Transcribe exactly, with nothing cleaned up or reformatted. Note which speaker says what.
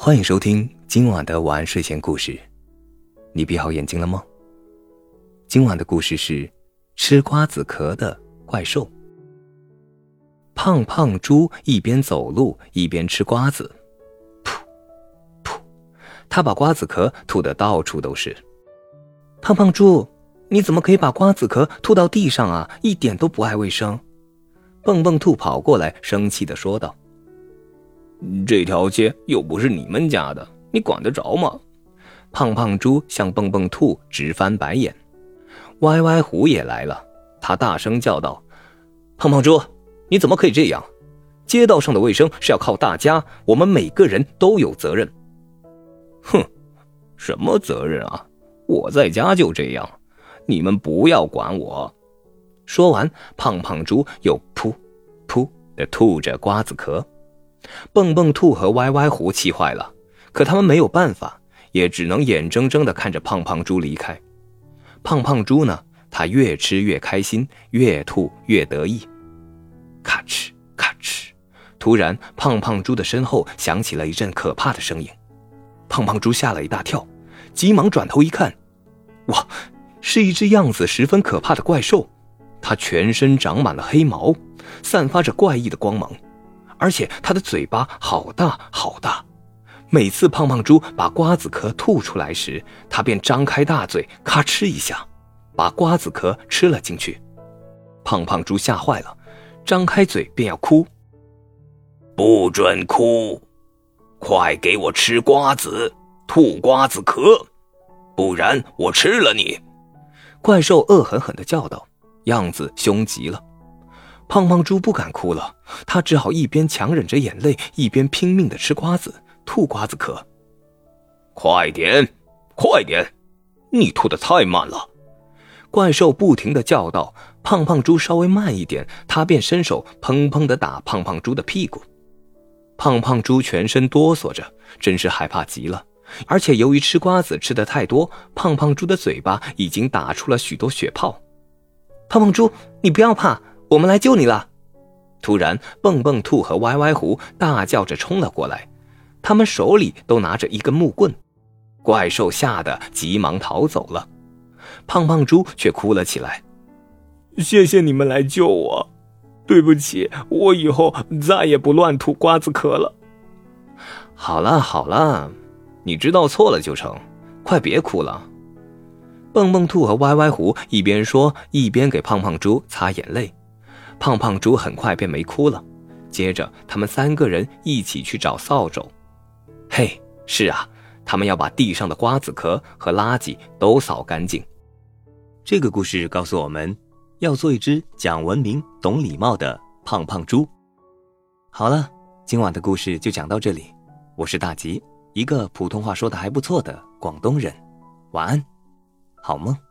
Speaker 1: 欢迎收听今晚的晚安睡前故事。你闭好眼睛了吗？今晚的故事是吃瓜子壳的怪兽。胖胖猪一边走路一边吃瓜子，噗噗，他把瓜子壳吐得到处都是。胖胖猪，你怎么可以把瓜子壳吐到地上啊？一点都不爱卫生。蹦蹦兔跑过来生气地说道。
Speaker 2: 这条街又不是你们家的，你管得着吗？
Speaker 1: 胖胖猪向蹦蹦兔直翻白眼。歪歪虎也来了，他大声叫道：胖胖猪，你怎么可以这样？街道上的卫生是要靠大家，我们每个人都有责任。
Speaker 2: 哼，什么责任啊？我在家就这样，你们不要管我。
Speaker 1: 说完，胖胖猪又噗噗地吐着瓜子壳。蹦蹦兔和歪歪虎气坏了，可他们没有办法，也只能眼睁睁地看着胖胖猪离开。胖胖猪呢，他越吃越开心，越吐越得意。咔哧咔哧，突然胖胖猪的身后响起了一阵可怕的声音。胖胖猪吓了一大跳，急忙转头一看，哇，是一只样子十分可怕的怪兽。它全身长满了黑毛，散发着怪异的光芒，而且它的嘴巴好大好大。每次胖胖猪把瓜子壳吐出来时，它便张开大嘴，咔哧一下把瓜子壳吃了进去。胖胖猪吓坏了，张开嘴便要哭。
Speaker 2: 不准哭，快给我吃瓜子，吐瓜子壳，不然我吃了你！
Speaker 1: 怪兽恶狠狠地叫道，样子凶极了。胖胖猪不敢哭了，他只好一边强忍着眼泪，一边拼命地吃瓜子，吐瓜子壳。
Speaker 2: 快点，快点，你吐得太慢了！
Speaker 1: 怪兽不停地叫道。胖胖猪稍微慢一点，他便伸手砰砰地打胖胖猪的屁股。胖胖猪全身哆嗦着，真是害怕极了。而且由于吃瓜子吃得太多，胖胖猪的嘴巴已经打出了许多血泡。胖胖猪，你不要怕，我们来救你了！突然，蹦蹦兔和歪歪虎大叫着冲了过来，他们手里都拿着一根木棍。怪兽吓得急忙逃走了，胖胖猪却哭了起来。
Speaker 2: 谢谢你们来救我，对不起，我以后再也不乱吐瓜子壳了。
Speaker 1: 好了好了，你知道错了就成，快别哭了。蹦蹦兔和歪歪虎一边说一边给胖胖猪擦眼泪。胖胖猪很快便没哭了，接着他们三个人一起去找扫帚。嘿，是啊，他们要把地上的瓜子壳和垃圾都扫干净。这个故事告诉我们，要做一只讲文明懂礼貌的胖胖猪。好了，今晚的故事就讲到这里，我是大吉，一个普通话说得还不错的广东人。晚安，好梦。